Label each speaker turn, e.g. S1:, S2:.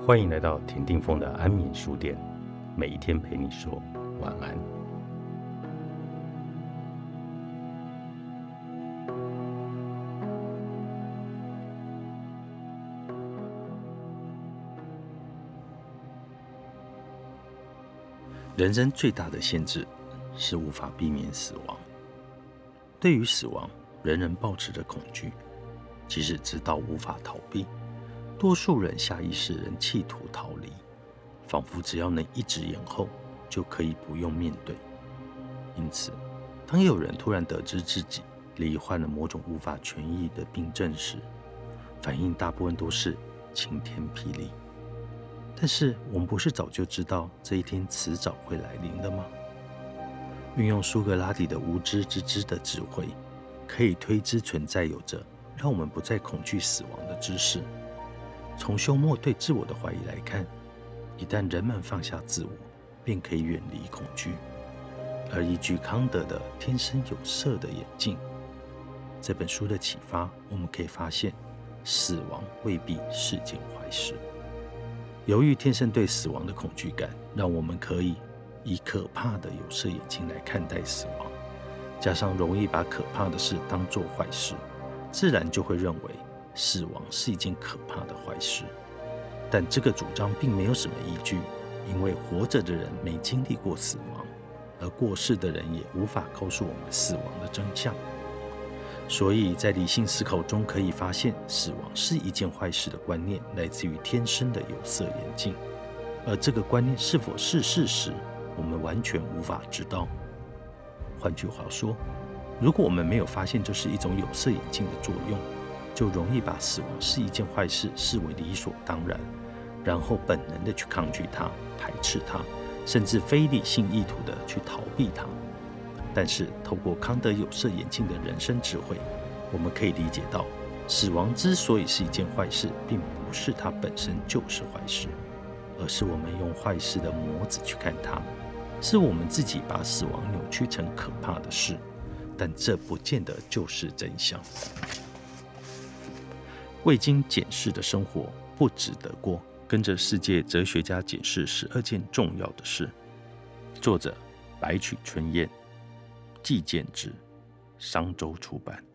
S1: 欢迎来到田定峰的安眠书店，每一天陪你说晚安。人生最大的限制是无法避免死亡。对于死亡，人人抱持着恐惧，即使知道无法逃避，多数人下意识仍企图逃离，仿佛只要能一直延后，就可以不用面对。因此，当有人突然得知自己罹患了某种无法痊愈的病症时，反应大部分都是晴天霹雳。但是我们不是早就知道这一天迟早会来临的吗？运用苏格拉底的无知之知的智慧，可以推知存在有着让我们不再恐惧死亡的知识。从休谟对自我的怀疑来看，一旦人们放下自我，便可以远离恐惧。而依据康德的天生有色的眼镜这本书的启发，我们可以发现死亡未必是件坏事。由于天生对死亡的恐惧感，让我们可以以可怕的有色眼镜来看待死亡，加上容易把可怕的事当作坏事，自然就会认为死亡是一件可怕的坏事。但这个主张并没有什么依据，因为活着的人没经历过死亡，而过世的人也无法告诉我们死亡的真相。所以在理性思考中可以发现，死亡是一件坏事的观念来自于天生的有色眼镜，而这个观念是否是事实，我们完全无法知道。换句话说，如果我们没有发现这是一种有色眼镜的作用，就容易把死亡是一件坏事视为理所当然，然后本能的去抗拒它、排斥它，甚至非理性意图的去逃避它。但是透过康德有色眼镜的人生智慧，我们可以理解到，死亡之所以是一件坏事，并不是它本身就是坏事，而是我们用坏事的模子去看它，是我们自己把死亡扭曲成可怕的事，但这不见得就是真相。未经检视的生活不值得过，跟着世界哲学家检视12件重要的事。作者白曲春燕，季建之，商周出版。